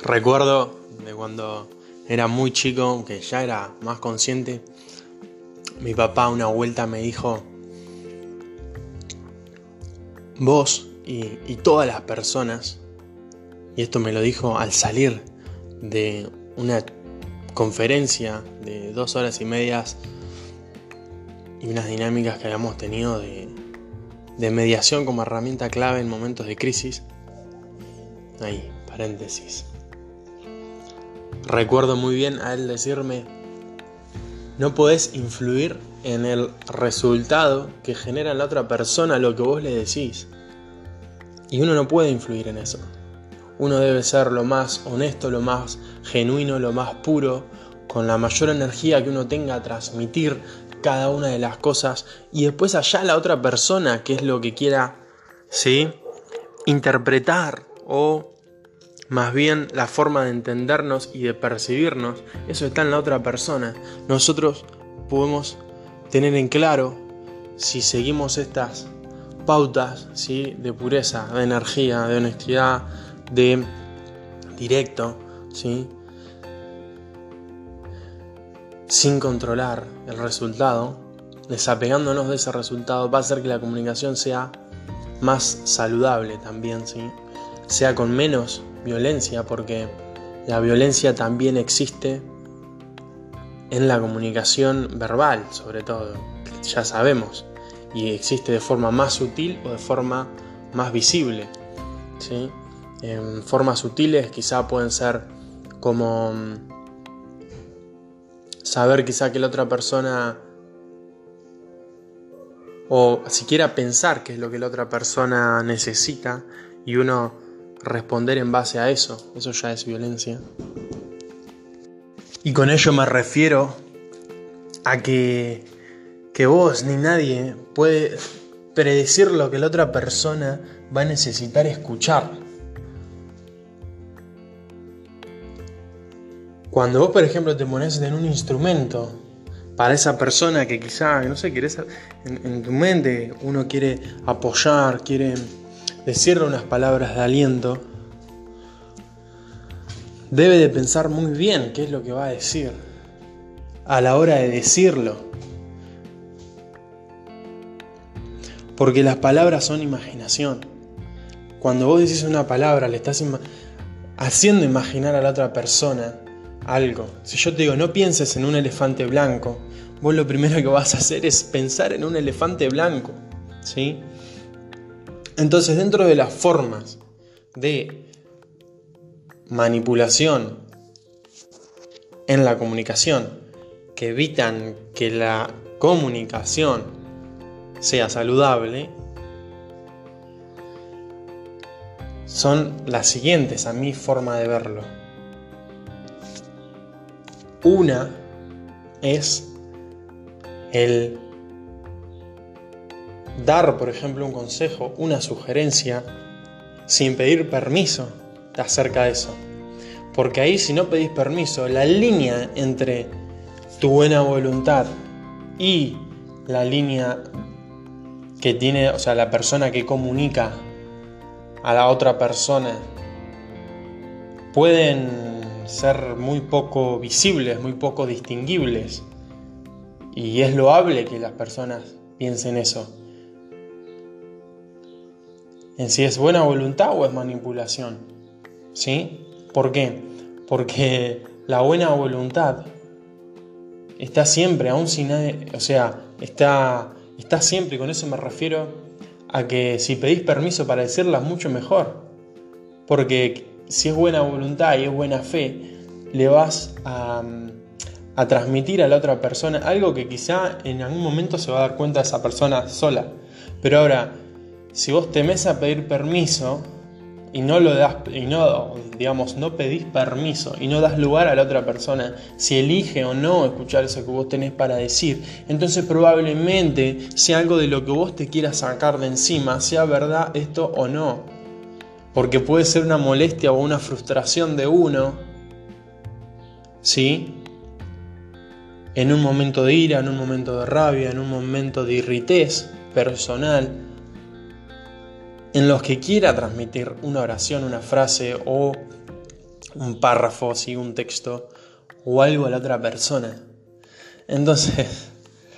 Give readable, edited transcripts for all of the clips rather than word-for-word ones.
Recuerdo de cuando era muy chico, que ya era más consciente, mi papá una vuelta me dijo: vos y todas las personas, y esto me lo dijo al salir de una conferencia de 2 horas y medias y unas dinámicas que habíamos tenido de mediación como herramienta clave en momentos de crisis. Ahí, paréntesis. Recuerdo muy bien a él decirme: no podés influir en el resultado que genera en la otra persona lo que vos le decís. Y uno no puede influir en eso. Uno debe ser lo más honesto, lo más genuino, lo más puro, con la mayor energía que uno tenga a transmitir cada una de las cosas. Y después allá la otra persona, que es lo que quiera, ¿sí?, interpretar, o más bien la forma de entendernos y de percibirnos, eso está en la otra persona. Nosotros podemos tener en claro si seguimos estas pautas, ¿sí?, de pureza, de energía, de honestidad, de directo, ¿sí?, sin controlar el resultado, desapegándonos de ese resultado, va a hacer que la comunicación sea más saludable también, ¿sí?, sea con menos violencia, porque la violencia también existe en la comunicación verbal, sobre todo, ya sabemos, y existe de forma más sutil o de forma más visible, ¿sí? En formas sutiles quizá pueden ser como saber quizá que la otra persona, o siquiera pensar qué es lo que la otra persona necesita y uno responder en base a eso. Eso ya es violencia. Y con ello me refiero a que vos ni nadie puede predecir lo que la otra persona va a necesitar escuchar. Cuando vos, por ejemplo, te pones en un instrumento para esa persona que quizá, no sé, querés, en tu mente uno quiere apoyar, quiere decirle unas palabras de aliento, debe de pensar muy bien qué es lo que va a decir a la hora de decirlo. Porque las palabras son imaginación. Cuando vos decís una palabra, le estás haciendo imaginar a la otra persona algo. Si yo te digo: no pienses en un elefante blanco, vos lo primero que vas a hacer es pensar en un elefante blanco, ¿sí? Entonces, dentro de las formas de manipulación en la comunicación que evitan que la comunicación sea saludable, son las siguientes a mi forma de verlo. Una es el dar, por ejemplo, un consejo, una sugerencia, sin pedir permiso acerca de eso. Porque ahí, si no pedís permiso, la línea entre tu buena voluntad y la línea que tiene, o sea, la persona que comunica a la otra persona, pueden ser muy poco visibles, muy poco distinguibles. Y es loable que las personas piensen eso. En si es buena voluntad o es manipulación, ¿sí? ¿Por qué? Porque la buena voluntad está siempre, aún sin nadie, o sea, está siempre, y con eso me refiero a que si pedís permiso para decirla, mucho mejor. Porque si es buena voluntad y es buena fe, le vas a transmitir a la otra persona algo que quizá en algún momento se va a dar cuenta esa persona sola. Pero ahora, si vos temés a pedir permiso y no lo das, y no, digamos, no pedís permiso y no das lugar a la otra persona si elige o no escuchar eso que vos tenés para decir, entonces probablemente sea algo de lo que vos te quieras sacar de encima, sea verdad esto o no. Porque puede ser una molestia o una frustración de uno, ¿sí?, en un momento de ira, en un momento de rabia, en un momento de irritez personal, en los que quiera transmitir una oración, una frase o un párrafo, ¿sí? Un texto o algo a la otra persona. Entonces,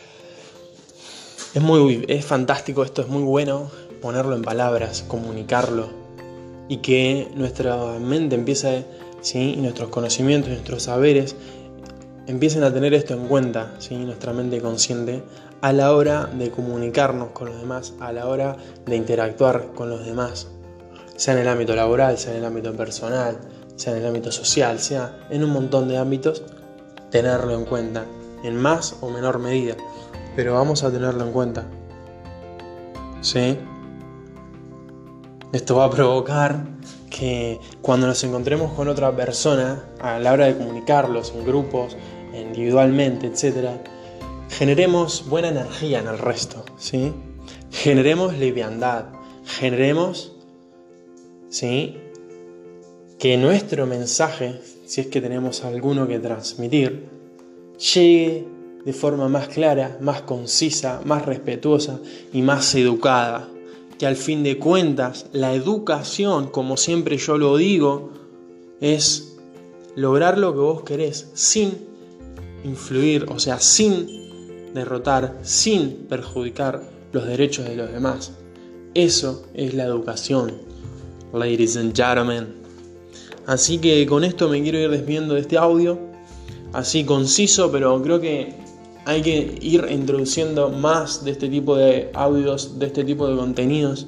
es fantástico esto, es muy bueno ponerlo en palabras, comunicarlo y que nuestra mente empiece, ¿sí? Y nuestros conocimientos, nuestros saberes empiecen a tener esto en cuenta, ¿sí? Nuestra mente consciente a la hora de comunicarnos con los demás, a la hora de interactuar con los demás, sea en el ámbito laboral, sea en el ámbito personal, sea en el ámbito social, sea en un montón de ámbitos, tenerlo en cuenta, en más o menor medida, pero vamos a tenerlo en cuenta, ¿sí? Esto va a provocar que cuando nos encontremos con otra persona, a la hora de comunicarlos en grupos, individualmente, etc., generemos buena energía en el resto, ¿sí? Generemos liviandad, generemos, ¿sí? Que nuestro mensaje, si es que tenemos alguno que transmitir, llegue de forma más clara, más concisa, más respetuosa y más educada. Que al fin de cuentas, la educación, como siempre yo lo digo, es lograr lo que vos querés sin influir, o sea, sin derrotar, sin perjudicar los derechos de los demás. Eso es la educación, ladies and gentlemen. Así que con esto me quiero ir despidiendo de este audio, así conciso, pero creo que hay que ir introduciendo más de este tipo de audios, de este tipo de contenidos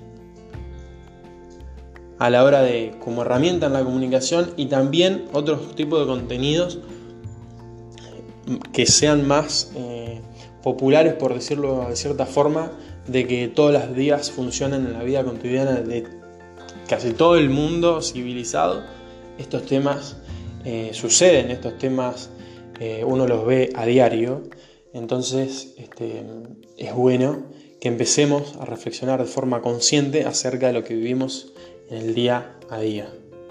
a la hora de como herramienta en la comunicación, y también otros tipos de contenidos que sean más populares, por decirlo de cierta forma, de que todos los días funcionan en la vida cotidiana de casi todo el mundo civilizado. Estos temas suceden, estos temas uno los ve a diario. Entonces es bueno que empecemos a reflexionar de forma consciente acerca de lo que vivimos en el día a día,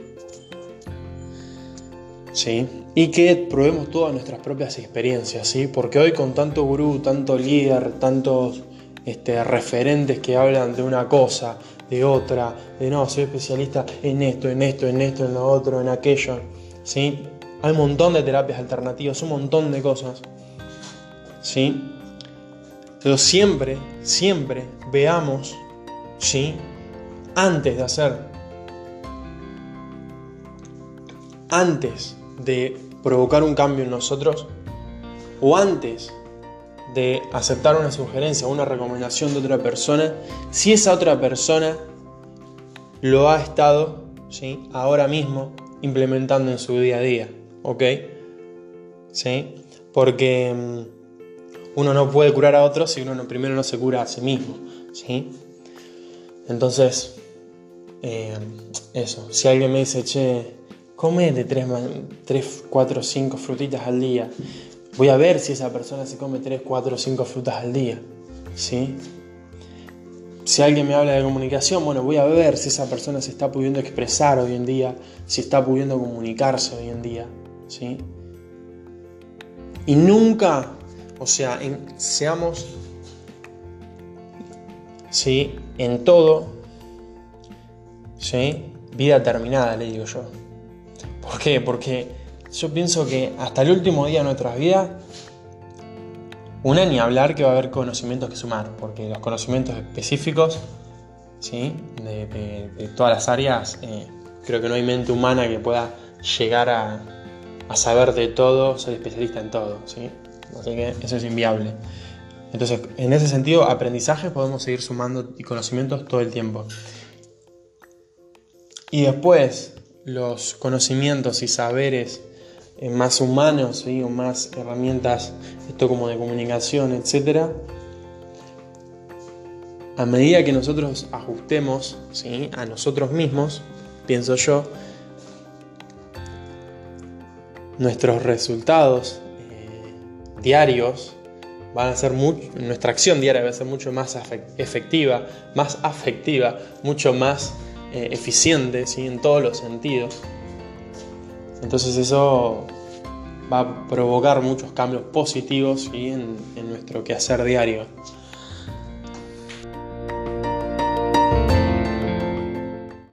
¿sí? Y que probemos todas nuestras propias experiencias, ¿sí? Porque hoy con tanto gurú, tanto líder, tantos referentes que hablan de una cosa, de otra, de no, soy especialista en esto, en lo otro, en aquello, ¿sí? Hay un montón de terapias alternativas, un montón de cosas, ¿sí? Pero siempre veamos, ¿sí? Antes de provocar un cambio en nosotros, o antes de aceptar una sugerencia o una recomendación de otra persona, si esa otra persona lo ha estado, ¿sí? Ahora mismo implementando en su día a día, ¿ok? ¿Sí? Porque uno no puede curar a otros si uno primero no se cura a sí mismo, ¿sí? Entonces, eso. Si alguien me dice, che, come de 3, 4, 5 frutitas al día, voy a ver si esa persona se come 3, 4, 5 frutas al día, ¿sí? Si alguien me habla de comunicación, bueno, voy a ver si esa persona se está pudiendo expresar hoy en día, si está pudiendo comunicarse hoy en día, ¿sí? Y nunca, o sea, seamos, ¿sí? En todo, ¿sí? Vida terminada, le digo yo. ¿Por qué? Porque yo pienso que hasta el último día de nuestras vidas, ni hablar que va a haber conocimientos que sumar, porque los conocimientos específicos, ¿sí? de todas las áreas, creo que no hay mente humana que pueda llegar a saber de todo, ser especialista en todo, ¿sí? Así que eso es inviable. Entonces, en ese sentido, aprendizaje podemos seguir sumando y conocimientos todo el tiempo. Y después, los conocimientos y saberes más humanos, ¿sí? O más herramientas, esto como de comunicación, etc. A medida que nosotros ajustemos, ¿sí? A nosotros mismos, pienso yo, nuestros resultados diarios van a ser nuestra acción diaria va a ser mucho más efectiva, más afectiva, mucho más eficiente, ¿sí? En todos los sentidos. Entonces eso va a provocar muchos cambios positivos, ¿sí? en nuestro quehacer diario.